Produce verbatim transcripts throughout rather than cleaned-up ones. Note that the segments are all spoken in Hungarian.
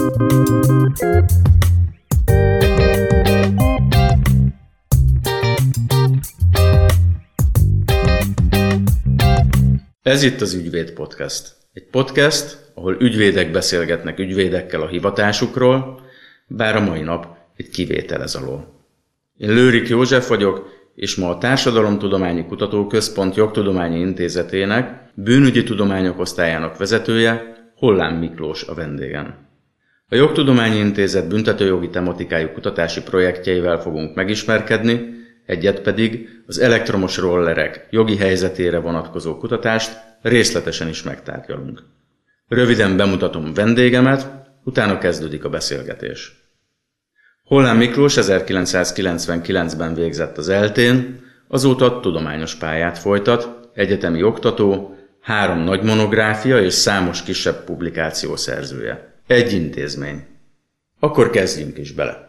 Ez itt az Ügyvéd Podcast. Egy podcast, ahol ügyvédek beszélgetnek ügyvédekkel a hivatásukról, bár a mai nap egy kivétel ez alól. Én Lőrik József vagyok, és ma a Társadalomtudományi Kutatóközpont Jogtudományi Intézetének bűnügyi tudományok osztályának vezetője, Hollám Miklós a vendégem. A Jogtudományi Intézet büntetőjogi tematikájú kutatási projektjeivel fogunk megismerkedni, egyet pedig az elektromos rollerek jogi helyzetére vonatkozó kutatást részletesen is megtárgyalunk. Röviden bemutatom vendégemet, utána kezdődik a beszélgetés. Hollám Miklós ezerkilencszázkilencvenkilencben végzett az eltén, azóta tudományos pályát folytat, egyetemi oktató, három nagy monográfia és számos kisebb publikáció szerzője. Egy intézmény. Akkor kezdjünk is bele.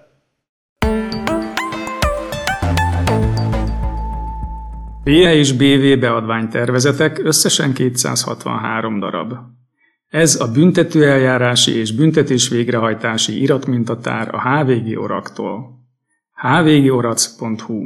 bé e és bé vé beadványtervezetek összesen kétszázhatvanhárom darab. Ez a büntetőeljárási és büntetés végrehajtási iratmintatár a há vé gé Oraktól. h v g orac pont h u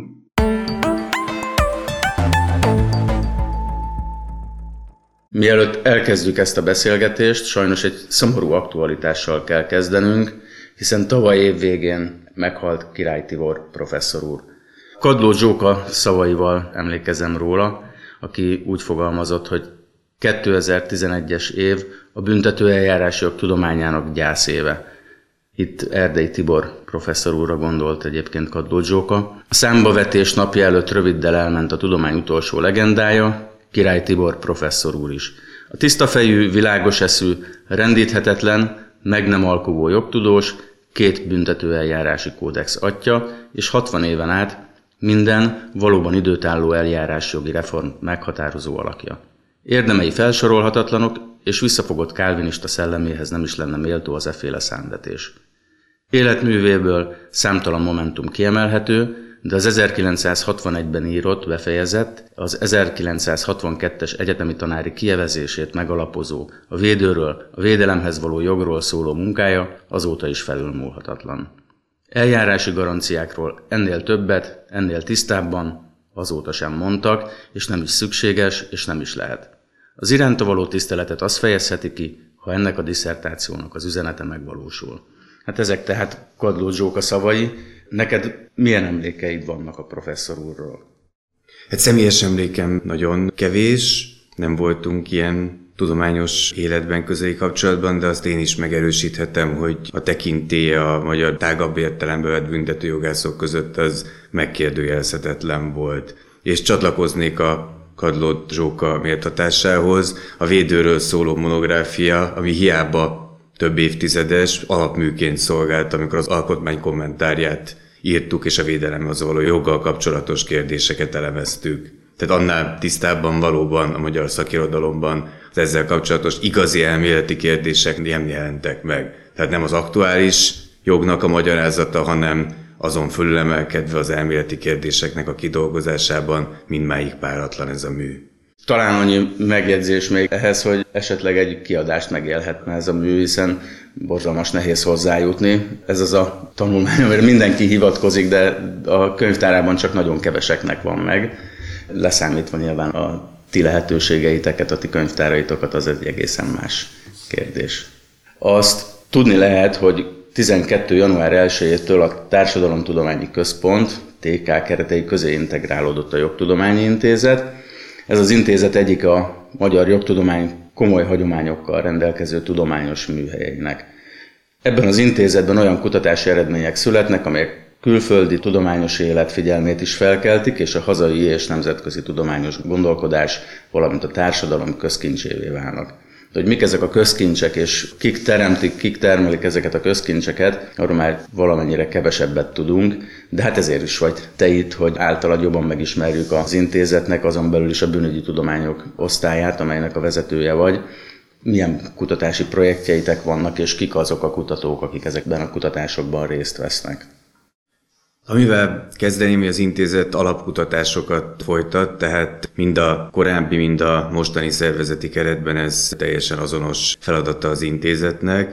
Mielőtt elkezdjük ezt a beszélgetést, sajnos egy szomorú aktualitással kell kezdenünk, hiszen tavaly év végén meghalt Király Tibor professzor úr. Kadló Zsóka szavaival emlékezem róla, aki úgy fogalmazott, hogy kétezer-tizenegyes év a büntetőeljárási jog tudományának gyászéve. Itt Erdei Tibor professzor úrra gondolt egyébként Kadló Zsóka. A számbavetés napja előtt röviddel elment a tudomány utolsó legendája, Király Tibor professzor úr is. A tisztafejű, világos eszű, rendíthetetlen, meg nem alkuvó jogtudós, két büntetőeljárási kódex atya, és hatvan éven át minden valóban időtálló eljárásjogi reform meghatározó alakja. Érdemei felsorolhatatlanok, és visszafogott kálvinista szelleméhez nem is lenne méltó az efféle számvetés. Életművéből számtalan momentum kiemelhető, de az ezerkilencszázhatvanegyben írott, befejezett, az ezerkilencszázhatvankettes egyetemi tanári kijevezését megalapozó, a védőről, a védelemhez való jogról szóló munkája azóta is felülmúlhatatlan. Eljárási garanciákról ennél többet, ennél tisztábban azóta sem mondtak, és nem is szükséges, és nem is lehet. Az iránta való tiszteletet az fejezheti ki, ha ennek a disszertációnak az üzenete megvalósul. Hát ezek tehát Kadló Zsóka szavai. Neked milyen emlékeid vannak a professzor úrról? Hát személyes emlékem nagyon kevés, nem voltunk ilyen tudományos életben közeli kapcsolatban, de azt én is megerősíthetem, hogy a tekintélye a magyar tágabb értelembe vett büntetőjogászok között az megkérdőjelezhetetlen volt. És csatlakoznék a Kadló Zsóka méltatásához, a védőről szóló monográfia, ami hiába több évtizedes, alapműként szolgált, amikor az alkotmány kommentárját írtuk, és a védelemhez való joggal kapcsolatos kérdéseket elemeztük. Tehát annál tisztábban valóban a magyar szakirodalomban az ezzel kapcsolatos igazi elméleti kérdések nem jelentek meg. Tehát nem az aktuális jognak a magyarázata, hanem azon fölülemelkedve az elméleti kérdéseknek a kidolgozásában mindmáig páratlan ez a mű. Talán annyi megjegyzés még ehhez, hogy esetleg egy kiadást megélhetne ez a mű, hiszen borzalmas nehéz hozzájutni. Ez az a tanulmány, amire mindenki hivatkozik, de a könyvtárában csak nagyon keveseknek van meg. Leszámítva nyilván a ti lehetőségeiteket, a ti könyvtáraitokat, az egy egészen más kérdés. Azt tudni lehet, hogy tizenkettő január elsejétől a Társadalomtudományi Központ, té ká keretei közé integrálódott a Jogtudományi Intézet. Ez az intézet egyik a magyar jogtudomány komoly hagyományokkal rendelkező tudományos műhelyeinek. Ebben az intézetben olyan kutatási eredmények születnek, amelyek külföldi tudományos élet figyelmét is felkeltik, és a hazai és nemzetközi tudományos gondolkodás, valamint a társadalom közkincsévé válnak. De hogy mik ezek a közkincsek, és kik teremtik, kik termelik ezeket a közkincseket, arról már valamennyire kevesebbet tudunk, de hát ezért is vagy te itt, hogy általad jobban megismerjük az intézetnek, azon belül is a bűnügyi tudományok osztályát, amelynek a vezetője vagy. Milyen kutatási projektjeitek vannak, és kik azok a kutatók, akik ezekben a kutatásokban részt vesznek? Amivel kezdeném, hogy az intézet alapkutatásokat folytat, tehát mind a korábbi, mind a mostani szervezeti keretben ez teljesen azonos feladata az intézetnek.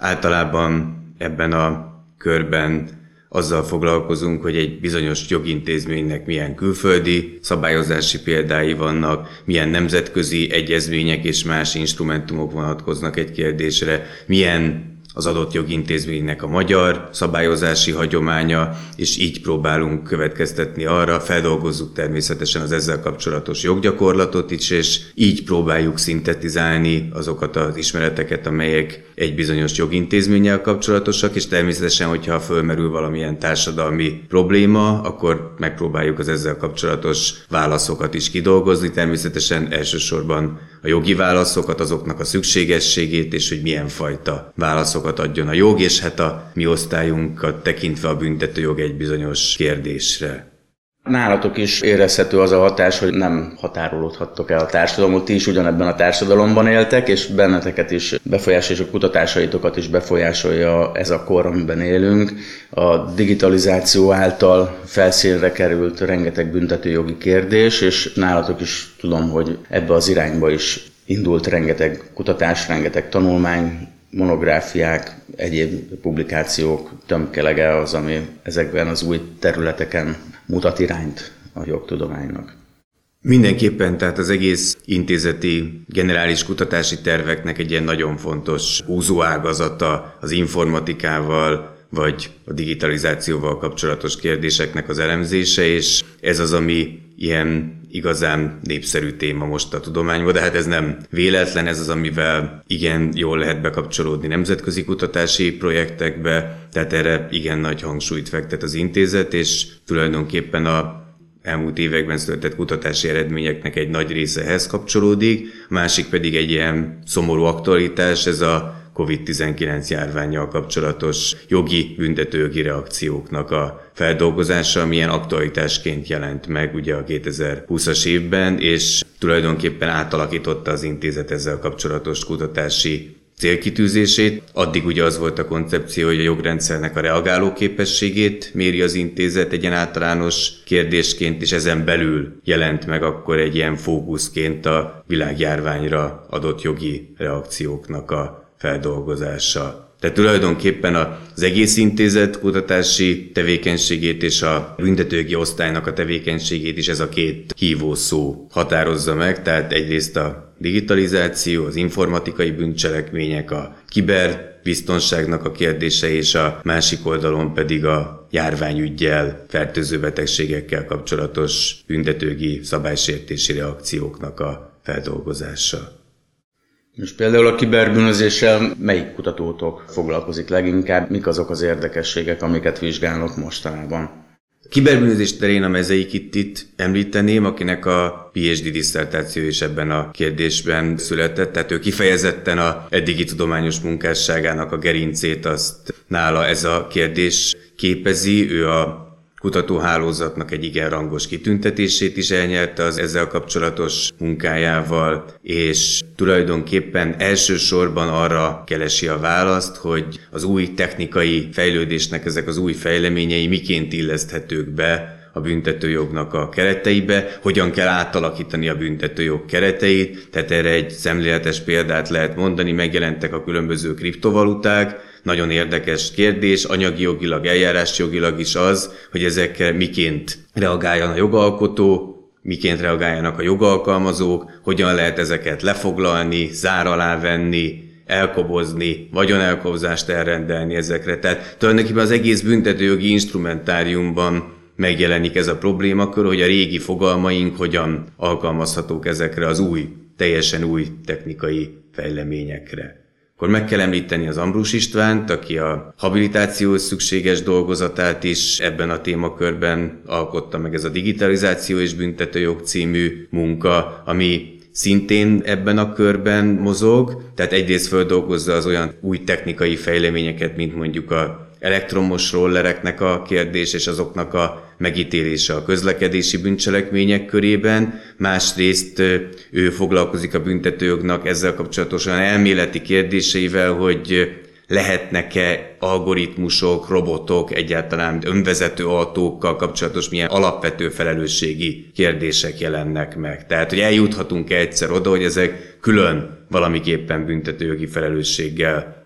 Általában ebben a körben azzal foglalkozunk, hogy egy bizonyos jogintézménynek milyen külföldi szabályozási példái vannak, milyen nemzetközi egyezmények és más instrumentumok vonatkoznak egy kérdésre, milyen az adott jogintézménynek a magyar szabályozási hagyománya, és így próbálunk következtetni arra, feldolgozzuk természetesen az ezzel kapcsolatos joggyakorlatot is, és így próbáljuk szintetizálni azokat az ismereteket, amelyek egy bizonyos jogintézménnyel kapcsolatosak, és természetesen, hogyha fölmerül valamilyen társadalmi probléma, akkor megpróbáljuk az ezzel kapcsolatos válaszokat is kidolgozni, természetesen elsősorban a jogi válaszokat, azoknak a szükségességét, és hogy milyen fajta válaszokat adjon a jog, és hát a mi osztályunkat tekintve a büntetőjog egy bizonyos kérdésre. Nálatok is érezhető az a hatás, hogy nem határolódhattok el a társadalomot, ti is ugyanebben a társadalomban éltek, és benneteket is befolyásolja, és a kutatásaitokat is befolyásolja ez a kor, amiben élünk. A digitalizáció által felszínre került rengeteg büntetőjogi kérdés, és nálatok is tudom, hogy ebbe az irányba is indult rengeteg kutatás, rengeteg tanulmány, monográfiák, egyéb publikációk tömkelege az, ami ezekben az új területeken mutat irányt a jogtudománynak. Mindenképpen, tehát az egész intézeti generális kutatási terveknek egy ilyen nagyon fontos húzóágazata az informatikával, vagy a digitalizációval kapcsolatos kérdéseknek az elemzése, és ez az, ami ilyen igazán népszerű téma most a tudományban, de hát ez nem véletlen, ez az, amivel igen jól lehet bekapcsolódni nemzetközi kutatási projektekbe, tehát erre igen nagy hangsúlyt fektet az intézet, és tulajdonképpen a elmúlt években született kutatási eredményeknek egy nagy része ehhez kapcsolódik, a másik pedig egy ilyen szomorú aktualitás, ez a kovid tizenkilenc járvánnyal kapcsolatos jogi, büntetőjogi reakcióknak a feldolgozása, amilyen aktualitásként jelent meg ugye a kétezer-húszas évben, és tulajdonképpen átalakította az intézet ezzel kapcsolatos kutatási célkitűzését. Addig ugye az volt a koncepció, hogy a jogrendszernek a reagáló képességét méri az intézet egy ilyen általános kérdésként, és ezen belül jelent meg akkor egy ilyen fókuszként a világjárványra adott jogi reakcióknak a feldolgozása. Tehát tulajdonképpen az egész intézet kutatási tevékenységét és a büntetőjogi osztálynak a tevékenységét is ez a két hívószó határozza meg, tehát egyrészt a digitalizáció, az informatikai bűncselekmények, a kiberbiztonságnak a kérdése, és a másik oldalon pedig a járványüggyel, fertőző betegségekkel kapcsolatos büntetőjogi szabálysértési reakcióknak a feldolgozása. És például a kiberbűnözéssel melyik kutatótok foglalkozik leginkább? Mik azok az érdekességek, amiket vizsgálnak mostanában? A kiberbűnözés terén a Mezei itt említeném, akinek a PhD disszertáció is ebben a kérdésben született, tehát ő kifejezetten a eddigi tudományos munkásságának a gerincét, azt nála ez a kérdés képezi. Ő a kutatóhálózatnak egy igen rangos kitüntetését is elnyerte az ezzel kapcsolatos munkájával, és tulajdonképpen elsősorban arra keresi a választ, hogy az új technikai fejlődésnek ezek az új fejleményei miként illeszthetők be a büntetőjognak a kereteibe, hogyan kell átalakítani a büntetőjog kereteit, tehát erre egy szemléletes példát lehet mondani, megjelentek a különböző kriptovaluták. Nagyon érdekes kérdés, anyagi jogilag, eljárási jogilag is az, hogy ezekre miként reagáljon a jogalkotó, miként reagáljanak a jogalkalmazók, hogyan lehet ezeket lefoglalni, zár alá venni, elkobozni, vagyonelkobzást elrendelni ezekre. Tehát tulajdonképpen az egész büntetőjogi instrumentáriumban megjelenik ez a problémakör, hogy a régi fogalmaink hogyan alkalmazhatók ezekre az új, teljesen új technikai fejleményekre. Akkor meg kell említeni az Ambrus Istvánt, aki a habilitációhoz szükséges dolgozatát is ebben a témakörben alkotta meg, ez a Digitalizáció és Büntetőjog című munka, ami szintén ebben a körben mozog, tehát egyrészt feldolgozza az olyan új technikai fejleményeket, mint mondjuk a elektromos rollereknek a kérdés és azoknak a megítélése a közlekedési bűncselekmények körében, másrészt ő foglalkozik a büntetőjognak ezzel kapcsolatosan elméleti kérdéseivel, hogy lehetnek-e algoritmusok, robotok, egyáltalán önvezető autókkal kapcsolatos milyen alapvető felelősségi kérdések jelennek meg. Tehát, hogy eljuthatunk egyszer oda, hogy ezek külön valamiképpen büntetőjogi felelősséggel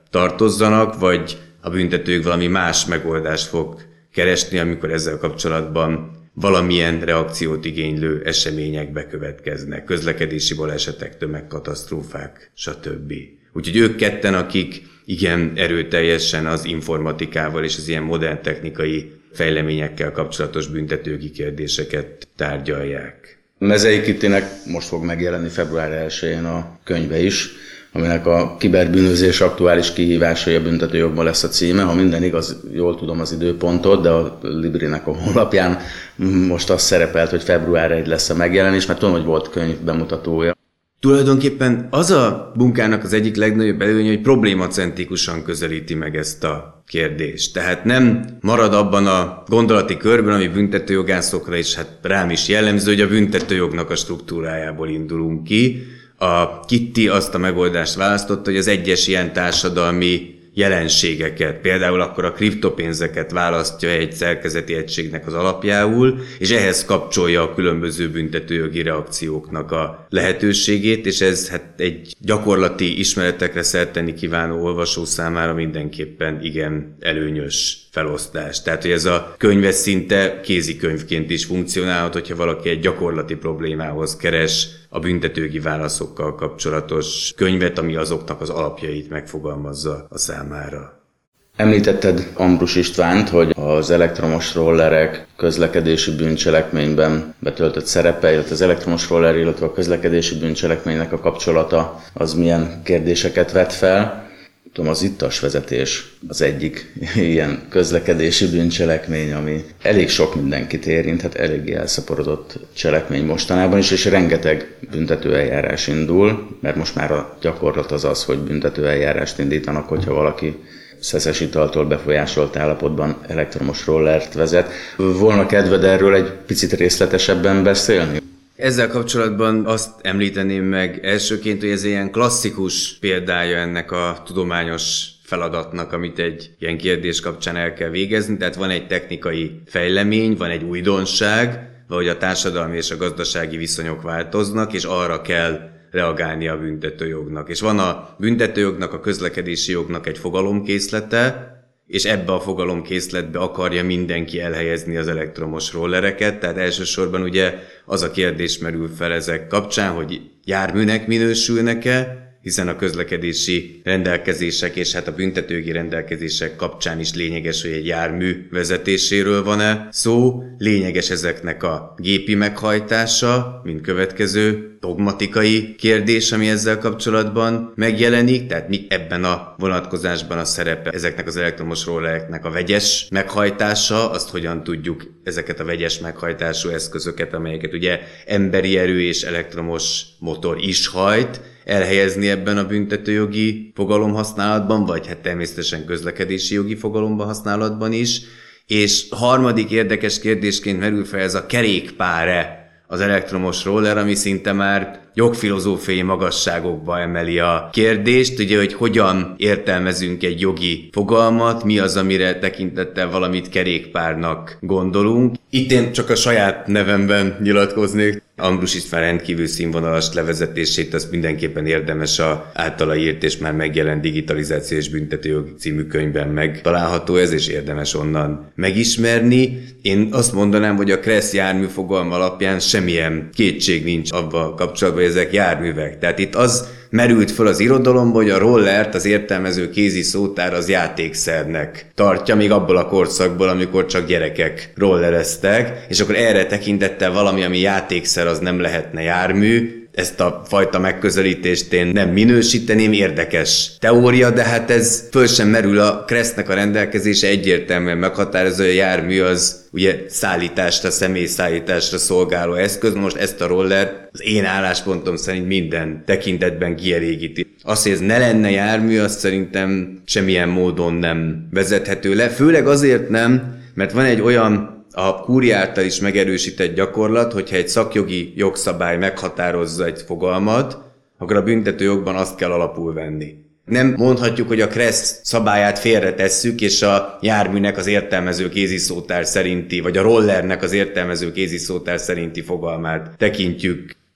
tartozzanak, vagy a büntetőjog valami más megoldást fog keresni, amikor ezzel kapcsolatban valamilyen reakciót igénylő események bekövetkeznek, közlekedési balesetek, tömegkatasztrófák, stb. Úgyhogy ők ketten, akik igen erőteljesen az informatikával és az ilyen modern technikai fejleményekkel kapcsolatos büntetőjogi kérdéseket tárgyalják. Mezei Kittinek most fog megjelenni február elsején a könyve is, aminek a kiberbűnözés aktuális kihívásai a büntetőjogban lesz a címe. Ha minden igaz, jól tudom az időpontot, de a Librinek a honlapján most az szerepelt, hogy február elseje lesz a megjelenés, mert tudom, hogy volt könyv bemutatója. Tulajdonképpen az a munkának az egyik legnagyobb előnye, hogy problémacentrikusan közelíti meg ezt a kérdést. Tehát nem marad abban a gondolati körben, ami büntetőjogászokra is, hát rám is jellemző, hogy a büntetőjognak a struktúrájából indulunk ki. A Kitti azt a megoldást választotta, hogy az egyes ilyen társadalmi jelenségeket, például akkor a kriptopénzeket választja egy szerkezeti egységnek az alapjául, és ehhez kapcsolja a különböző büntetőjogi reakcióknak a lehetőségét, és ez hát egy gyakorlati ismeretekre szert tenni kívánó olvasó számára mindenképpen igen előnyös felosztás. Tehát, hogy ez a könyv szinte kézikönyvként is funkcionálhat, hogyha valaki egy gyakorlati problémához keres a büntetőjogi válaszokkal kapcsolatos könyvet, ami azoknak az alapjait megfogalmazza a számára. Említetted Ambrus Istvánt, hogy az elektromos rollerek közlekedési bűncselekményben betöltött szerepe, illetve az elektromos roller, illetve a közlekedési bűncselekménynek a kapcsolata az milyen kérdéseket vet fel. Tudom, az ittas vezetés az egyik ilyen közlekedési bűncselekmény, ami elég sok mindenkit érint, hát eléggé elszaporodott cselekmény mostanában is, és rengeteg büntetőeljárás indul, mert most már a gyakorlat az az, hogy büntetőeljárást indítanak, hogyha valaki szeszes italtól befolyásolt állapotban elektromos rollert vezet. Volna kedved erről egy picit részletesebben beszélni? Ezzel kapcsolatban azt említeném meg elsőként, hogy ez ilyen klasszikus példája ennek a tudományos feladatnak, amit egy ilyen kérdés kapcsán el kell végezni. Tehát van egy technikai fejlemény, van egy újdonság, vagy a társadalmi és a gazdasági viszonyok változnak, és arra kell reagálni a büntetőjognak. És van a büntetőjognak, a közlekedési jognak egy fogalomkészlete, és ebbe a fogalomkészletbe akarja mindenki elhelyezni az elektromos rollereket, tehát elsősorban ugye az a kérdés merül fel ezek kapcsán, hogy járműnek minősülnek-e, hiszen a közlekedési rendelkezések és hát a büntetőjogi rendelkezések kapcsán is lényeges, hogy egy jármű vezetéséről van-e szó, lényeges ezeknek a gépi meghajtása, mint következő dogmatikai kérdés, ami ezzel kapcsolatban megjelenik, tehát mi ebben a vonatkozásban a szerepe ezeknek az elektromos rollereknek a vegyes meghajtása, azt hogyan tudjuk ezeket a vegyes meghajtású eszközöket, amelyeket ugye emberi erő és elektromos motor is hajt, elhelyezni ebben a büntetőjogi fogalomhasználatban, vagy hát természetesen közlekedési jogi fogalomban használatban is. És harmadik érdekes kérdésként merül fel ez a kerékpár-e az elektromos roller, ami szinte már jogfilozófiai magasságokba emeli a kérdést, ugye, hogy hogyan értelmezünk egy jogi fogalmat, mi az, amire tekintettel valamit kerékpárnak gondolunk. Itt én csak a saját nevemben nyilatkoznék. Ambrus István rendkívül színvonalas levezetését, azt mindenképpen érdemes a általa írt és már megjelent Digitalizáció és büntetőjog című könyvben megtalálható ez, és érdemes onnan megismerni. Én azt mondanám, hogy a Kressz jármű fogalma alapján semmilyen kétség nincs abban kapcsolatban, hogy ezek járművek. Tehát itt az merült föl az irodalomba, hogy a rollert az értelmező kézi szótár az játékszernek tartja, még abból a korszakból, amikor csak gyerekek rollereztek, és akkor erre tekintettel valami, ami játékszer, az nem lehetne jármű. Ezt a fajta megközelítést én nem minősíteném, érdekes teória, de hát ez föl sem merül, a Kressznek a rendelkezése egyértelműen meghatározó, hogy a jármű az ugye szállításra, személyszállításra szolgáló eszköz. Most ezt a roller az én álláspontom szerint minden tekintetben kielégíti. Az, hogy ez ne lenne jármű, azt szerintem semmilyen módon nem vezethető le. Főleg azért nem, mert van egy olyan a kúria által is megerősített gyakorlat, hogyha egy szakjogi jogszabály meghatározza egy fogalmat, akkor a büntetőjogban azt kell alapul venni. Nem mondhatjuk, hogy a Kressz szabályát félretesszük, és a járműnek az értelmező kéziszótár szerinti, vagy a rollernek az értelmező kéziszótár szerinti fogalmát tekintjük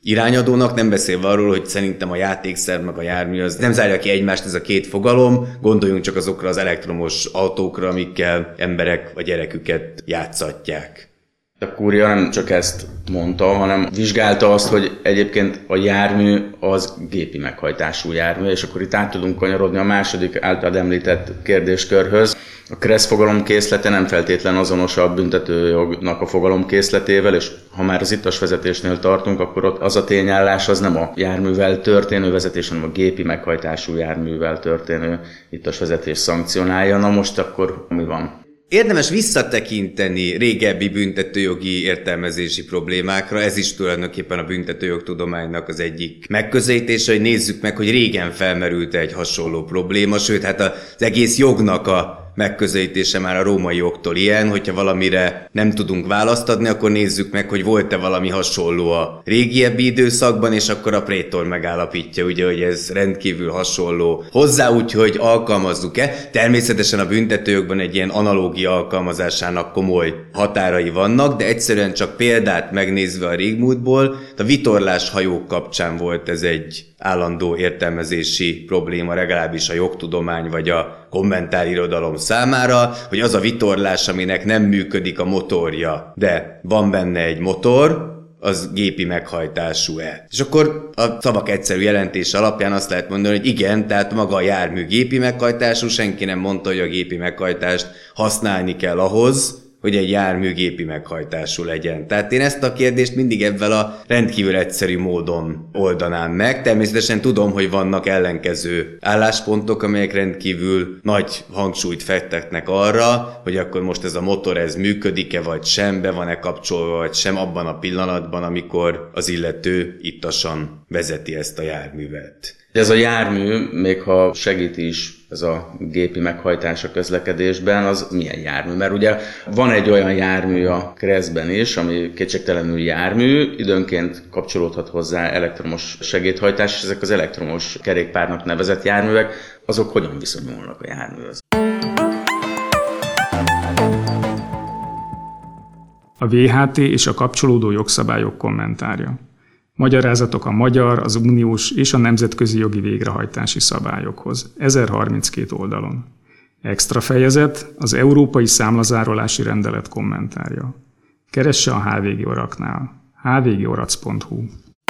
irányadónak, nem beszélve arról, hogy szerintem a játékszer meg a jármű az nem zárja ki egymást ez a két fogalom, gondoljunk csak azokra az elektromos autókra, amikkel emberek a gyereküket játszatják. A kúria nem csak ezt mondta, hanem vizsgálta azt, hogy egyébként a jármű az gépi meghajtású jármű, és akkor itt át tudunk kanyarodni a második által említett kérdéskörhöz. A KRESZ fogalomkészlete nem feltétlen azonos a büntetőjognak a fogalomkészletével, és ha már az ittas vezetésnél tartunk, akkor ott az a tényállás az nem a járművel történő vezetés, hanem a gépi meghajtású járművel történő ittas vezetés szankcionálja. Na most akkor mi van? Érdemes visszatekinteni régebbi büntetőjogi értelmezési problémákra, ez is tulajdonképpen a büntetőjogtudománynak az egyik megközelítése, hogy nézzük meg, hogy régen felmerült egy hasonló probléma, sőt, hát az egész jognak a megközelítése már a római jogtól ilyen, hogyha valamire nem tudunk választ adni, akkor nézzük meg, hogy volt-e valami hasonló a régiebbi időszakban, és akkor a prétor megállapítja, ugye, hogy ez rendkívül hasonló hozzá, úgyhogy alkalmazzuk-e. Természetesen a büntetőjogban egy ilyen analógia alkalmazásának komoly határai vannak, de egyszerűen csak példát megnézve a régmúltból, a vitorlás hajók kapcsán volt ez egy állandó értelmezési probléma, legalábbis a jogtudomány vagy a kommentárirodalom számára, hogy az a vitorlás, aminek nem működik a motorja, de van benne egy motor, az gépi meghajtású-e. És akkor a szavak egyszerű jelentése alapján azt lehet mondani, hogy igen, tehát maga a jármű gépi meghajtású, senki nem mondta, hogy a gépi meghajtást használni kell ahhoz, hogy egy jármű gépi meghajtású legyen. Tehát én ezt a kérdést mindig ebben a rendkívül egyszerű módon oldanám meg. Természetesen tudom, hogy vannak ellenkező álláspontok, amelyek rendkívül nagy hangsúlyt fektetnek arra, hogy akkor most ez a motor ez működik-e vagy sem, be van-e kapcsolva vagy sem abban a pillanatban, amikor az illető ittasan vezeti ezt a járművet. Ez a jármű, még ha segít is ez a gépi meghajtás a közlekedésben, az milyen jármű? Mert ugye van egy olyan jármű a KRESZ-ben is, ami kétségtelenül jármű, időnként kapcsolódhat hozzá elektromos segédhajtás, és ezek az elektromos kerékpárnak nevezett járművek, azok hogyan viszonyulnak a járműhöz? A vé há té és a kapcsolódó jogszabályok kommentárja. Magyarázatok a magyar, az uniós és a nemzetközi jogi végrehajtási szabályokhoz. ezerharminckét oldalon. Extra fejezet az Európai Számlazárolási Rendelet kommentárja. Keresse a há vé gé Oraknál. h v g orac pont h u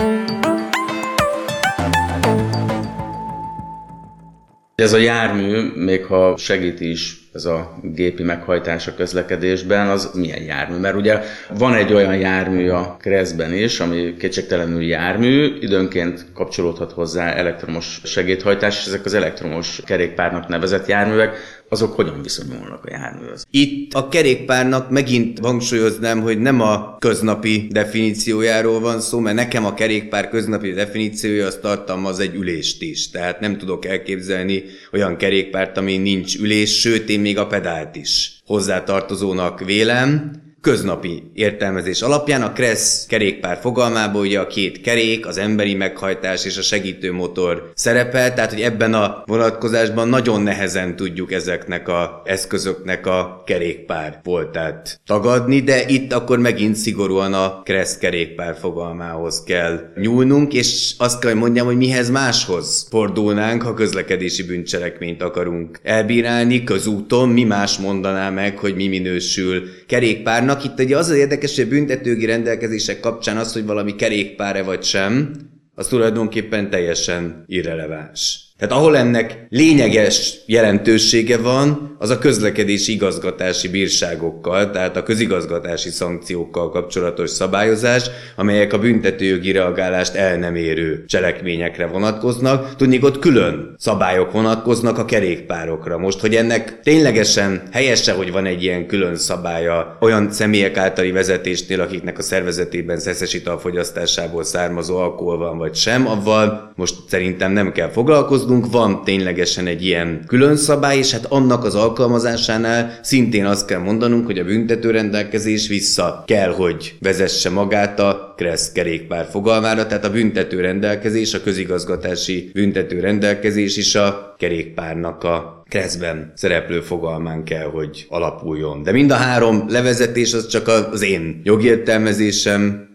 Ez a jármű, még ha segít is ez a gépi meghajtás a közlekedésben, az milyen jármű? Mert ugye van egy olyan jármű a KRESZ-ben is, ami kétségtelenül jármű, időnként kapcsolódhat hozzá elektromos segédhajtás, és ezek az elektromos kerékpárnak nevezett járművek, azok hogyan viszonyulnak a járműhöz? Itt a kerékpárnak megint hangsúlyoznám, hogy nem a köznapi definíciójáról van szó, mert nekem a kerékpár köznapi definíciója az tartalmaz egy ülést is. Tehát nem tudok elképzelni olyan kerékpárt, ami nincs ülés, sőt én még a pedált is hozzátartozónak vélem. Köznapi értelmezés alapján a KRESZ kerékpár fogalmában ugye a két kerék, az emberi meghajtás és a segítőmotor szerepel, tehát hogy ebben a vonatkozásban nagyon nehezen tudjuk ezeknek az eszközöknek a kerékpár voltát tagadni, de itt akkor megint szigorúan a KRESZ kerékpár fogalmához kell nyúlnunk, és azt kell, hogy mondjam, hogy mihez máshoz fordulnánk, ha közlekedési bűncselekményt akarunk elbírálni közúton, mi más mondaná meg, hogy mi minősül kerékpárnak. Itt ugye az az érdekes, hogy a büntetőjogi rendelkezések kapcsán az, hogy valami kerékpár-e vagy sem, az tulajdonképpen teljesen irreleváns. Tehát ahol ennek lényeges jelentősége van, az a közlekedési igazgatási bírságokkal, tehát a közigazgatási szankciókkal kapcsolatos szabályozás, amelyek a büntetőjogi reagálást el nem érő cselekményekre vonatkoznak. Tudnék, ott külön szabályok vonatkoznak a kerékpárokra. Most, hogy ennek ténylegesen helyese, hogy van egy ilyen külön szabálya olyan személyek általi vezetésnél, akiknek a szervezetében szeszes ital fogyasztásából származó alkohol van vagy sem, avval most szerintem nem kell foglalkoznunk. Van ténylegesen egy ilyen külön szabály, és hát annak az alkalmazásánál szintén azt kell mondanunk, hogy a büntetőrendelkezés vissza kell, hogy vezesse magát a KRESZ kerékpár fogalmára, tehát a büntetőrendelkezés, a közigazgatási büntetőrendelkezés is a kerékpárnak a KRESZ-ben szereplő fogalmán kell, hogy alapuljon. De mind a három levezetés az csak az én jogértelmezésem,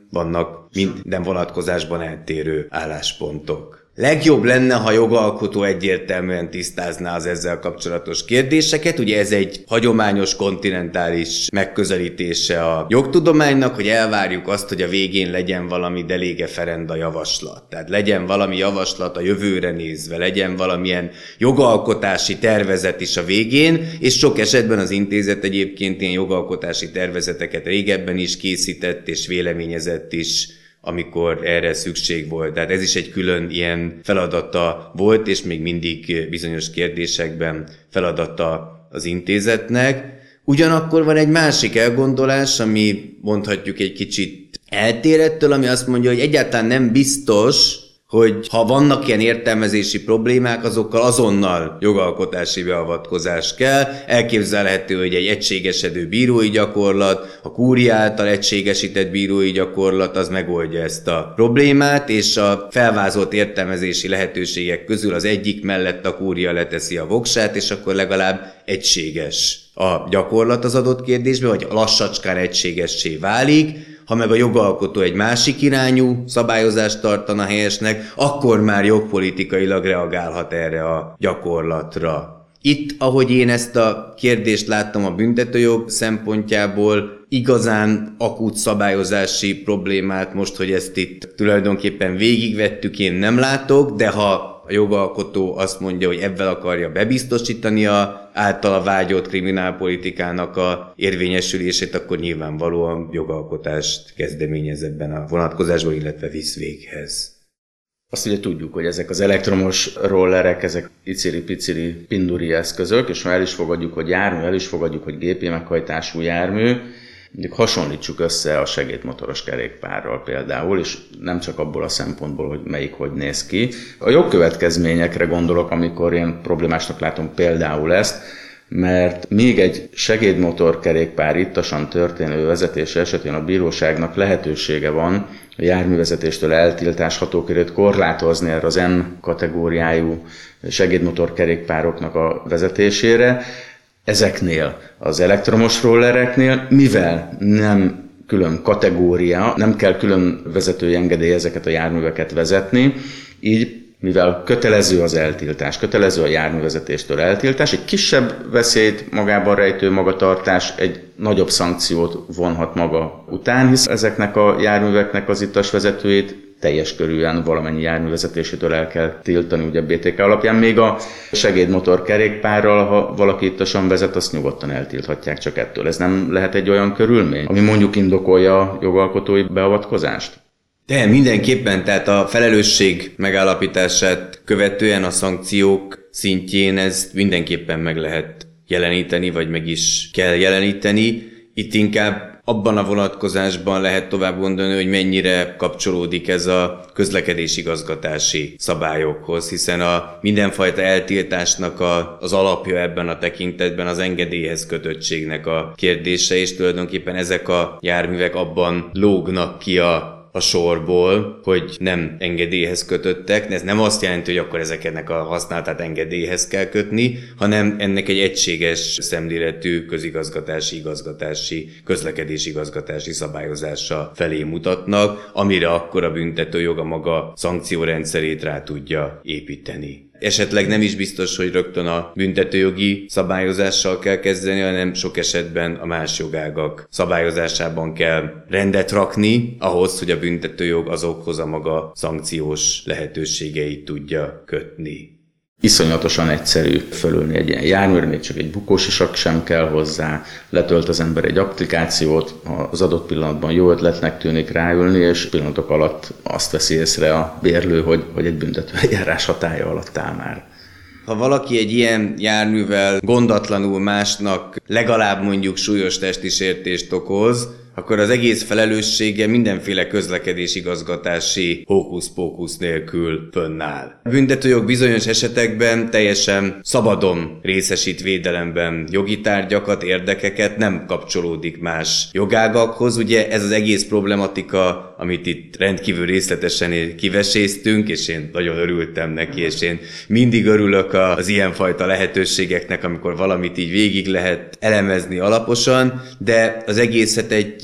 vannak minden vonatkozásban eltérő álláspontok. Legjobb lenne, ha jogalkotó egyértelműen tisztázná az ezzel kapcsolatos kérdéseket. Ugye ez egy hagyományos kontinentális megközelítése a jogtudománynak, hogy elvárjuk azt, hogy a végén legyen valami de lege ferenda javaslat. Tehát legyen valami javaslat a jövőre nézve, legyen valamilyen jogalkotási tervezet is a végén, és sok esetben az intézet egyébként ilyen jogalkotási tervezeteket régebben is készített és véleményezett is, amikor erre szükség volt. Tehát ez is egy külön ilyen feladata volt, és még mindig bizonyos kérdésekben feladata az intézetnek. Ugyanakkor van egy másik elgondolás, ami mondhatjuk egy kicsit eltér ettől, ami azt mondja, hogy egyáltalán nem biztos, hogy ha vannak ilyen értelmezési problémák, azokkal azonnal jogalkotási beavatkozás kell. Elképzelhető, hogy egy egységesedő bírói gyakorlat, a kúria által egységesített bírói gyakorlat az megoldja ezt a problémát, és a felvázolt értelmezési lehetőségek közül az egyik mellett a kúria leteszi a voksát, és akkor legalább egységes a gyakorlat az adott kérdésben, vagy lassacskán egységessé válik. Ha meg a jogalkotó egy másik irányú szabályozást tartana helyesnek, akkor már jogpolitikailag reagálhat erre a gyakorlatra. Itt, ahogy én ezt a kérdést láttam a büntetőjog szempontjából, igazán akut szabályozási problémát most, hogy ezt itt tulajdonképpen végigvettük, én nem látok, de ha a jogalkotó azt mondja, hogy ebben akarja bebiztosítani a általa vágyott kriminálpolitikának a érvényesülését, akkor nyilvánvalóan jogalkotást kezdeményez ebben a vonatkozásban, illetve visz véghez. Azt ugye tudjuk, hogy ezek az elektromos rollerek, ezek iciri-piciri pinduri eszközök, és ha el is fogadjuk, hogy jármű, el is fogadjuk, hogy gépi meghajtású jármű, mondjuk hasonlítsuk össze a segédmotoros kerékpárral például, és nem csak abból a szempontból, hogy melyik hogy néz ki. A jogkövetkezményekre gondolok, amikor én problémásnak látom például ezt, mert még egy segédmotor kerékpár ittasan történő vezetése esetén a bíróságnak lehetősége van a járművezetéstől eltiltás hatókörét korlátozni erre az N kategóriájú segédmotor kerékpároknak a vezetésére. Ezeknél, az elektromos rollereknél, mivel nem külön kategória, nem kell külön vezetői engedély ezeket a járműveket vezetni, így mivel kötelező az eltiltás, kötelező a járművezetéstől eltiltás, egy kisebb veszélyt magában rejtő magatartás egy nagyobb szankciót vonhat maga után, hisz ezeknek a járműveknek az ittas vezetőit teljes körűen valamennyi járművezetésétől el kell tiltani, ugye bé té ká alapján. Még a segédmotor kerékpárral, ha valaki ittasan vezet, azt nyugodtan eltilthatják csak ettől. Ez nem lehet egy olyan körülmény, ami mondjuk indokolja a jogalkotói beavatkozást? De mindenképpen, tehát a felelősség megállapítását követően a szankciók szintjén ezt mindenképpen meg lehet jeleníteni, vagy meg is kell jeleníteni. Itt inkább abban a vonatkozásban lehet tovább gondolni, hogy mennyire kapcsolódik ez a közlekedésigazgatási szabályokhoz, hiszen a mindenfajta eltiltásnak a, az alapja ebben a tekintetben az engedélyhez kötöttségnek a kérdése, és tulajdonképpen ezek a járművek abban lógnak ki a a sorból, hogy nem engedélyhez kötöttek. Ez nem azt jelenti, hogy akkor ezeknek a használatát engedélyhez kell kötni, hanem ennek egy egységes szemléletű közigazgatási, igazgatási, közlekedési igazgatási szabályozása felé mutatnak, amire akkor a büntetőjog a maga szankciórendszerét rá tudja építeni. Esetleg nem is biztos, hogy rögtön a büntetőjogi szabályozással kell kezdeni, hanem sok esetben a más jogágak szabályozásában kell rendet rakni, ahhoz, hogy a büntetőjog azokhoz a maga szankciós lehetőségeit tudja kötni. Iszonyatosan egyszerű fölülni egy ilyen járműre, még csak egy bukósisak sem kell hozzá, letölt az ember egy applikációt, az adott pillanatban jó ötletnek tűnik ráülni, és pillanatok alatt azt veszi észre a bérlő, hogy, hogy egy büntetőeljárás hatálya alatt áll már. Ha valaki egy ilyen járművel gondatlanul másnak legalább mondjuk súlyos testi sértést okoz, akkor az egész felelőssége mindenféle közlekedésigazgatási hókusz-pókusz nélkül fönnáll. A büntetőjog bizonyos esetekben teljesen szabadon részesít védelemben jogi tárgyakat, érdekeket, nem kapcsolódik más jogágakhoz. Ugye ez az egész problematika, amit itt rendkívül részletesen kiveséztünk, és én nagyon örültem neki, és én mindig örülök az ilyenfajta lehetőségeknek, amikor valamit így végig lehet elemezni alaposan, de az egészet egy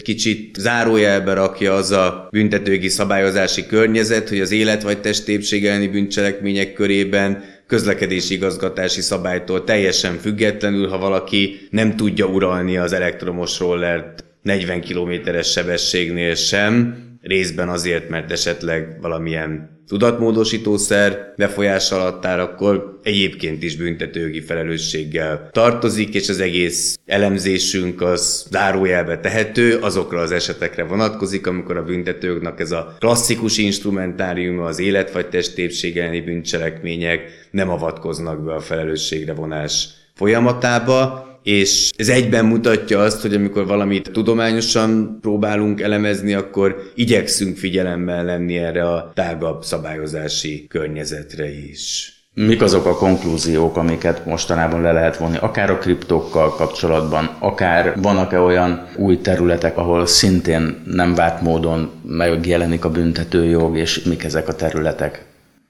kicsit zárójelbe rakja az a büntetőjogi szabályozási környezet, hogy az élet vagy testépség elleni bűncselekmények körében közlekedési igazgatási szabálytól teljesen függetlenül, ha valaki nem tudja uralni az elektromos rollert negyven kilométeres sebességnél sem, részben azért, mert esetleg valamilyen tudatmódosítószer befolyás alatt áll, akkor egyébként is büntetőjogi felelősséggel tartozik, és az egész elemzésünk az zárójelbe tehető, azokra az esetekre vonatkozik, amikor a büntetőjognak ez a klasszikus instrumentáriuma, az élet vagy testépség elleni bűncselekmények nem avatkoznak be a felelősségre vonás folyamatába, és ez egyben mutatja azt, hogy amikor valamit tudományosan próbálunk elemezni, akkor igyekszünk figyelemmel lenni erre a tágabb szabályozási környezetre is. Mik azok a konklúziók, amiket mostanában le lehet vonni, akár a kriptókkal kapcsolatban, akár vannak-e olyan új területek, ahol szintén nem várt módon megjelenik a büntetőjog, és mik ezek a területek?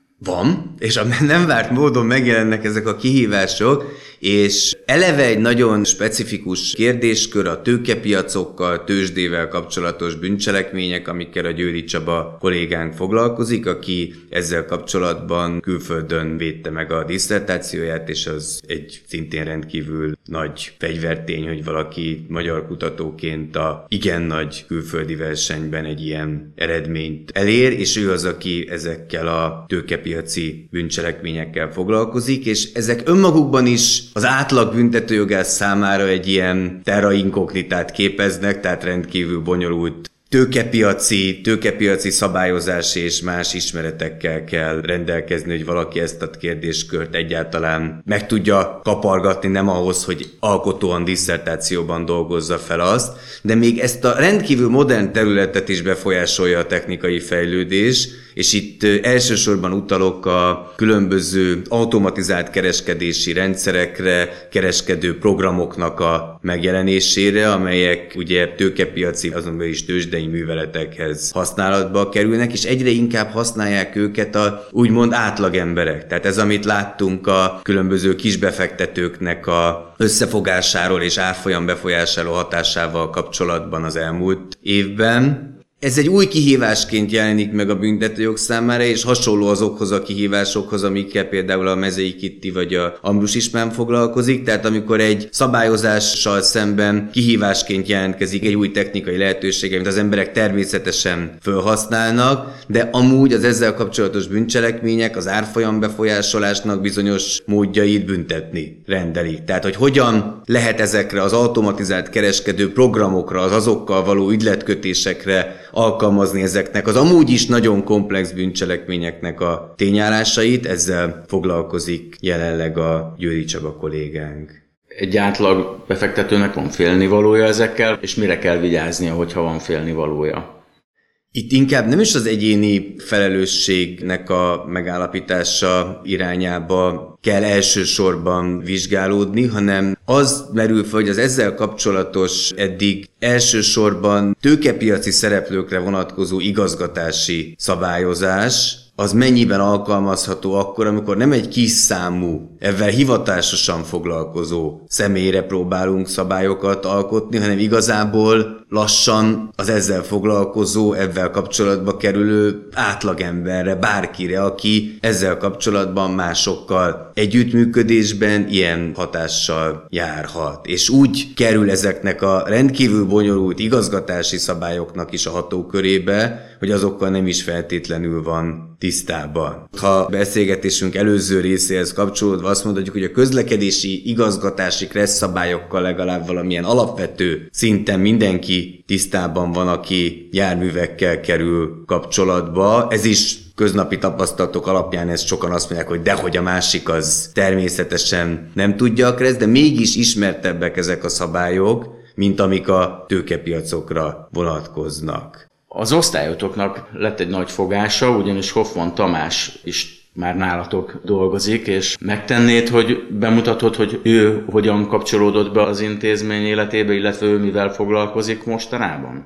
Van, és a nem várt módon megjelennek ezek a kihívások, és eleve egy nagyon specifikus kérdéskör a tőkepiacokkal, tőzsdével kapcsolatos bűncselekmények, amikkel a Győri Csaba kollégánk foglalkozik, aki ezzel kapcsolatban külföldön védte meg a disszertációját, és az egy szintén rendkívül nagy fegyvertény, hogy valaki magyar kutatóként a igen nagy külföldi versenyben egy ilyen eredményt elér, és ő az, aki ezekkel a tőkepiaci bűncselekményekkel foglalkozik, és ezek önmagukban is az átlag büntetőjogász számára egy ilyen terra incognitát képeznek, tehát rendkívül bonyolult tőkepiaci, tőkepiaci szabályozási és más ismeretekkel kell rendelkezni, hogy valaki ezt a kérdéskört egyáltalán meg tudja kapargatni, nem ahhoz, hogy alkotóan disszertációban dolgozza fel azt, de még ezt a rendkívül modern területet is befolyásolja a technikai fejlődés, és itt elsősorban utalok a különböző automatizált kereskedési rendszerekre, kereskedő programoknak a megjelenésére, amelyek ugye tőkepiaci, azon belül is tőzsdei műveletekhez használatba kerülnek, és egyre inkább használják őket a úgymond átlagemberek. Tehát ez, amit láttunk a különböző kisbefektetőknek a összefogásáról és árfolyam befolyásoló hatásával kapcsolatban az elmúlt évben. Ez egy új kihívásként jelenik meg a büntetőjog számára, és hasonló azokhoz a kihívásokhoz, amikkel például a Mezei Kitti vagy a Ambrus István foglalkozik, tehát amikor egy szabályozással szemben kihívásként jelentkezik egy új technikai lehetőség, amit az emberek természetesen felhasználnak, de amúgy az ezzel kapcsolatos bűncselekmények az árfolyam befolyásolásnak bizonyos módjait büntetni rendelik. Tehát, hogy hogyan lehet ezekre az automatizált kereskedő programokra, az azokkal való ügyletkötésekre alkalmazni ezeknek az amúgy is nagyon komplex bűncselekményeknek a tényállásait, ezzel foglalkozik jelenleg a Győri Csaba kollégánk. Egy átlag befektetőnek van félnivalója ezekkel, és mire kell vigyáznia, hogyha van félnivalója? Itt inkább nem is az egyéni felelősségnek a megállapítása irányába kell elsősorban vizsgálódni, hanem az merül fel, hogy az ezzel kapcsolatos eddig elsősorban tőkepiaci szereplőkre vonatkozó igazgatási szabályozás, az mennyiben alkalmazható akkor, amikor nem egy kis számú, ezzel hivatásosan foglalkozó személyre próbálunk szabályokat alkotni, hanem igazából lassan az ezzel foglalkozó, ezzel kapcsolatba kerülő átlagemberre, bárkire, aki ezzel kapcsolatban másokkal együttműködésben ilyen hatással járhat. És úgy kerül ezeknek a rendkívül bonyolult igazgatási szabályoknak is a hatókörébe, hogy azokkal nem is feltétlenül van tisztában. Ha beszélgetésünk előző részéhez kapcsolódva azt mondhatjuk, hogy a közlekedési igazgatási kressz szabályokkal legalább valamilyen alapvető szinten mindenki tisztában van, aki járművekkel kerül kapcsolatba. Ez is köznapi tapasztalatok alapján ezt sokan azt mondják, hogy dehogy a másik az természetesen nem tudja a kressz, de mégis ismertebbek ezek a szabályok, mint amik a tőkepiacokra vonatkoznak. Az osztályotoknak lett egy nagy fogása, ugyanis Hoffman Tamás is már nálatok dolgozik, és megtennéd, hogy bemutatod, hogy ő hogyan kapcsolódott be az intézmény életébe, illetve ő mivel foglalkozik mostanában?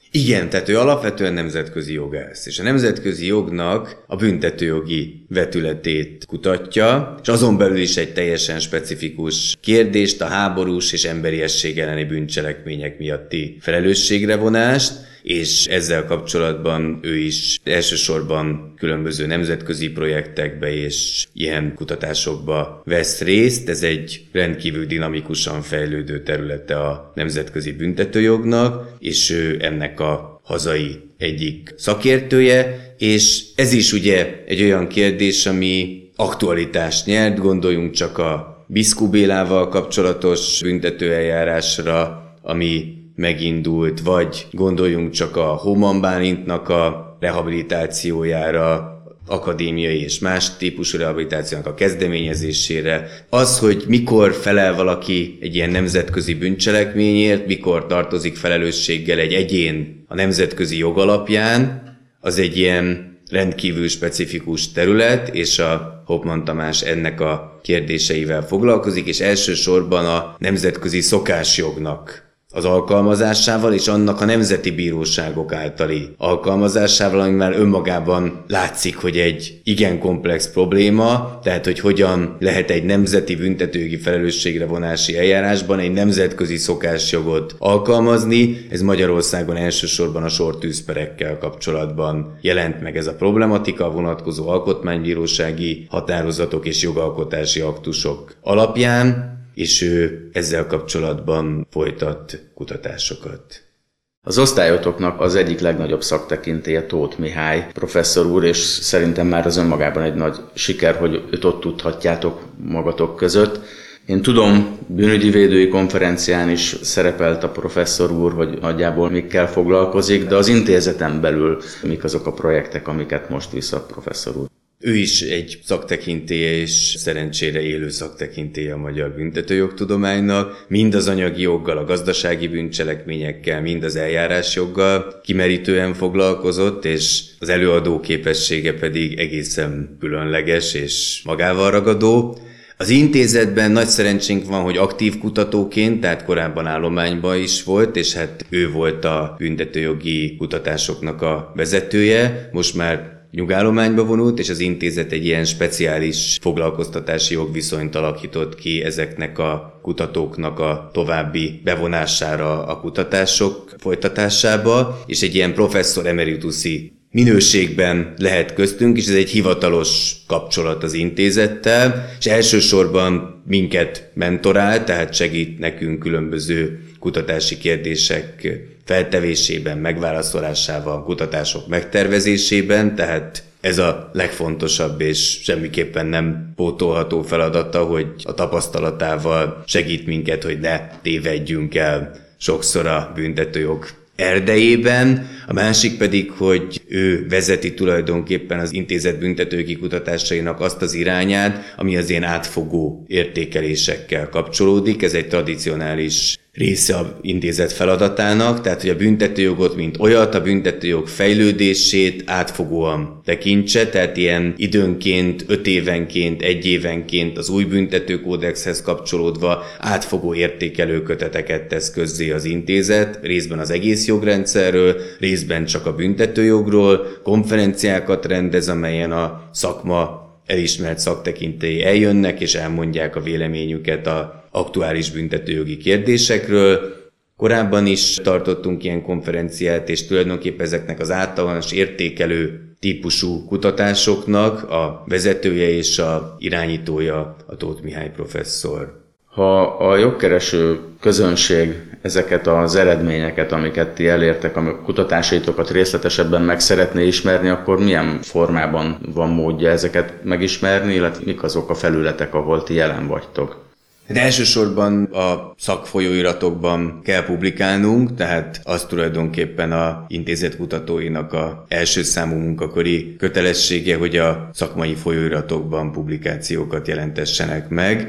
Igen, tehát ő alapvetően nemzetközi jogász, és a nemzetközi jognak a büntetőjogi vetületét kutatja, és azon belül is egy teljesen specifikus kérdést, a háborús és emberiesség elleni bűncselekmények miatti felelősségre vonást, és ezzel kapcsolatban ő is elsősorban különböző nemzetközi projektekbe és ilyen kutatásokba vesz részt. Ez egy rendkívül dinamikusan fejlődő területe a nemzetközi büntetőjognak, és ő ennek a hazai egyik szakértője, és ez is ugye egy olyan kérdés, ami aktualitást nyert, gondoljunk csak a Biszkú Bélával kapcsolatos büntetőeljárásra, ami megindult, vagy gondoljunk csak a Homan Bálintnak a rehabilitációjára, akadémiai és más típusú rehabilitációnak a kezdeményezésére. Az, hogy mikor felel valaki egy ilyen nemzetközi bűncselekményért, mikor tartozik felelősséggel egy egyén a nemzetközi jog alapján, az egy ilyen rendkívül specifikus terület, és a Hoffmann Tamás ennek a kérdéseivel foglalkozik, és elsősorban a nemzetközi szokásjognak az alkalmazásával és annak a nemzeti bíróságok általi alkalmazásával, ami már önmagában látszik, hogy egy igen komplex probléma, tehát hogy hogyan lehet egy nemzeti büntetőjogi felelősségre vonási eljárásban egy nemzetközi szokásjogot alkalmazni. Ez Magyarországon elsősorban a sortűzperekkel kapcsolatban jelent meg ez a problematika, a vonatkozó alkotmánybírósági határozatok és jogalkotási aktusok alapján, és ő ezzel kapcsolatban folytat kutatásokat. Az osztályotoknak az egyik legnagyobb szaktekintélye Tóth Mihály professzor úr, és szerintem már az önmagában egy nagy siker, hogy őt ott tudhatjátok magatok között. Én tudom, bűnügyi védői konferencián is szerepelt a professzor úr, hogy nagyjából mikkel foglalkozik, de az intézeten belül mik azok a projektek, amiket most visz a professzor úr? Ő is egy szaktekintélye, és szerencsére élő szaktekintélye a magyar büntetőjogtudománynak, mind az anyagi joggal, a gazdasági bűncselekményekkel, mind az eljárásjoggal kimerítően foglalkozott, és az előadó képessége pedig egészen különleges és magával ragadó. Az intézetben nagy szerencsénk van, hogy aktív kutatóként, tehát korábban állományban is volt, és hát ő volt a büntetőjogi kutatásoknak a vezetője, most már nyugállományba vonult, és az intézet egy ilyen speciális foglalkoztatási jogviszonyt alakított ki ezeknek a kutatóknak a további bevonására a kutatások folytatásába, és egy ilyen professzor emerituszi minőségben lehet köztünk, és ez egy hivatalos kapcsolat az intézettel, és elsősorban minket mentorál, tehát segít nekünk különböző kutatási kérdések feltevésében, megválaszolásával, kutatások megtervezésében, tehát ez a legfontosabb és semmiképpen nem pótolható feladata, hogy a tapasztalatával segít minket, hogy ne tévedjünk el sokszor a büntetőjog erdejében, a másik pedig, hogy ő vezeti tulajdonképpen az intézet büntetőjogi kutatásainak azt az irányát, ami az ilyen átfogó értékelésekkel kapcsolódik. Ez egy tradicionális része az intézet feladatának, tehát hogy a büntetőjogot, mint olyat, a büntetőjog fejlődését átfogóan tekintse, tehát ilyen időnként, öt évenként, egy évenként az új büntetőkódexhez kapcsolódva átfogó értékelőköteteket tesz közzé az intézet, részben az egész jogrendszerről, részben csak a büntetőjogról, konferenciákat rendez, amelyen a szakma elismert szaktekintélyi eljönnek és elmondják a véleményüket a aktuális büntetőjogi kérdésekről. Korábban is tartottunk ilyen konferenciát, és tulajdonképpen ezeknek az általános értékelő típusú kutatásoknak a vezetője és a irányítója a Tóth Mihály professzor. Ha a jogkereső közönség ezeket az eredményeket, amiket ti elértek, a kutatásaitokat részletesebben meg szeretné ismerni, akkor milyen formában van módja ezeket megismerni, illetve mik azok a felületek, ahol ti jelen vagytok? De elsősorban a szakfolyóiratokban kell publikálnunk, tehát az tulajdonképpen a intézet kutatóinak a első számú munkakori kötelessége, hogy a szakmai folyóiratokban publikációkat jelentessenek meg.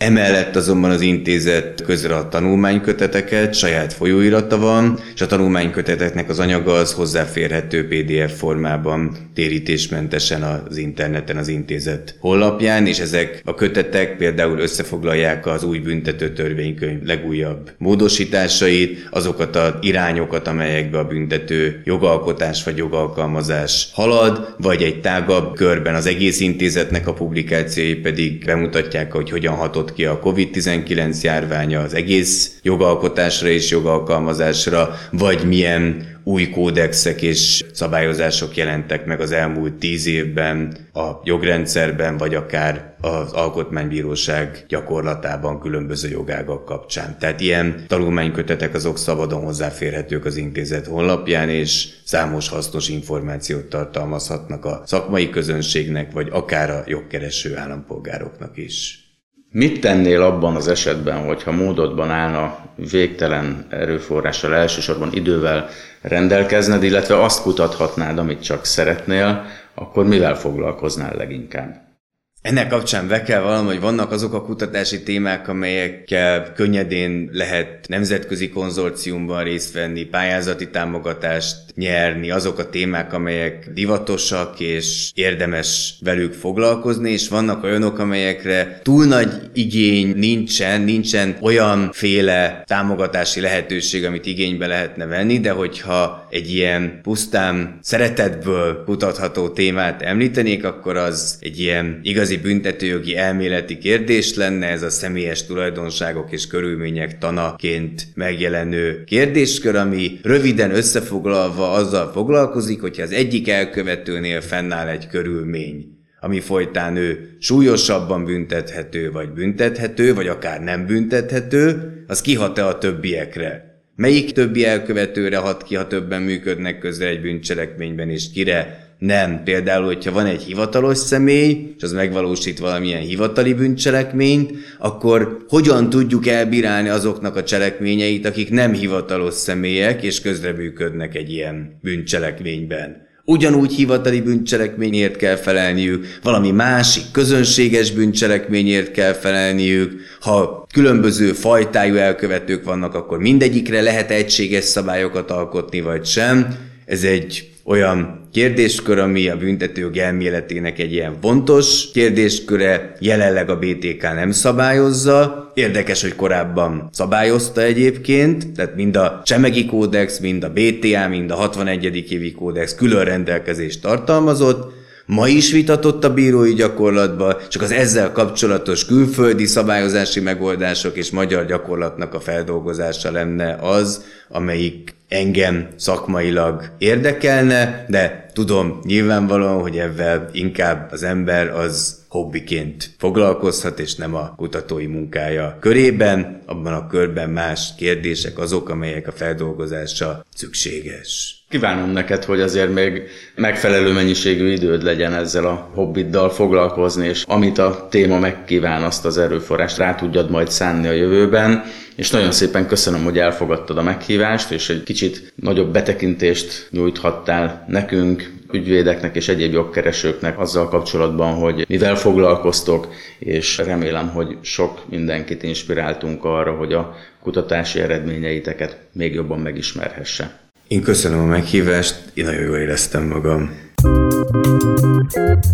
Emellett azonban az intézet közread tanulmányköteteket, saját folyóirata van, és a tanulmányköteteknek az anyaga az hozzáférhető pé dé ef formában térítésmentesen az interneten, az intézet honlapján, és ezek a kötetek például összefoglalják az új büntetőtörvénykönyv legújabb módosításait, azokat az irányokat, amelyekbe a büntető jogalkotás vagy jogalkalmazás halad, vagy egy tágabb körben az egész intézetnek a publikációi pedig bemutatják, hogy hogyan hatott ki a kovid tizenkilenc járványa az egész jogalkotásra és jogalkalmazásra, vagy milyen új kódexek és szabályozások jelentek meg az elmúlt tíz évben a jogrendszerben, vagy akár az alkotmánybíróság gyakorlatában különböző jogágak kapcsán. Tehát ilyen tanulmánykötetek azok szabadon hozzáférhetők az intézet honlapján, és számos hasznos információt tartalmazhatnak a szakmai közönségnek, vagy akár a jogkereső állampolgároknak is. Mit tennél abban az esetben, hogyha módodban állna végtelen erőforrással, elsősorban idővel rendelkezned, illetve azt kutathatnád, amit csak szeretnél, akkor mivel foglalkoznál leginkább? Ennek kapcsán be kell vallanom, hogy vannak azok a kutatási témák, amelyekkel könnyedén lehet nemzetközi konzorciumban részt venni, pályázati támogatást nyerni, azok a témák, amelyek divatosak és érdemes velük foglalkozni, és vannak olyanok, amelyekre túl nagy igény nincsen, nincsen olyanféle támogatási lehetőség, amit igénybe lehetne venni, de hogyha egy ilyen pusztán szeretetből kutatható témát említenék, akkor az egy ilyen igazi büntetőjogi elméleti kérdés lenne, ez a személyes tulajdonságok és körülmények tanaként megjelenő kérdéskör, ami röviden összefoglalva azzal foglalkozik, hogyha az egyik elkövetőnél fennáll egy körülmény, ami folytán ő súlyosabban büntethető, vagy büntethető, vagy akár nem büntethető, az kihat-e a többiekre? Melyik többi elkövetőre hat ki, ha többen működnek közre egy bűncselekményben, és kire nem? Például, hogyha van egy hivatalos személy, és az megvalósít valamilyen hivatali bűncselekményt, akkor hogyan tudjuk elbírálni azoknak a cselekményeit, akik nem hivatalos személyek, és közreműködnek egy ilyen bűncselekményben? Ugyanúgy hivatali bűncselekményért kell felelniük, valami másik közönséges bűncselekményért kell felelniük. Ha különböző fajtájú elkövetők vannak, akkor mindegyikre lehet egységes szabályokat alkotni, vagy sem. Ez egy olyan kérdéskör, ami a büntetőjog elméletének egy ilyen fontos kérdésköre, jelenleg a bé té ká nem szabályozza. Érdekes, hogy korábban szabályozta egyébként, tehát mind a Csemegi kódex, mind a bé té á, mind a hatvanegyedik évi kódex külön rendelkezést tartalmazott. Ma is vitatott a bírói gyakorlatban, csak az ezzel kapcsolatos külföldi szabályozási megoldások és magyar gyakorlatnak a feldolgozása lenne az, amelyik engem szakmailag érdekelne, de tudom nyilvánvalóan, hogy ezzel inkább az ember az hobbiként foglalkozhat, és nem a kutatói munkája körében, abban a körben más kérdések azok, amelyek a feldolgozása szükséges. Kívánom neked, hogy azért még megfelelő mennyiségű időd legyen ezzel a hobbiddal foglalkozni, és amit a téma megkíván, azt az erőforrást rá tudjad majd szánni a jövőben. És nagyon szépen köszönöm, hogy elfogadtad a meghívást, és egy kicsit nagyobb betekintést nyújthattál nekünk, ügyvédeknek és egyéb jogkeresőknek azzal kapcsolatban, hogy mivel foglalkoztok, és remélem, hogy sok mindenkit inspiráltunk arra, hogy a kutatási eredményeiteket még jobban megismerhesse. Én köszönöm a meghívást, én nagyon jól éreztem magam.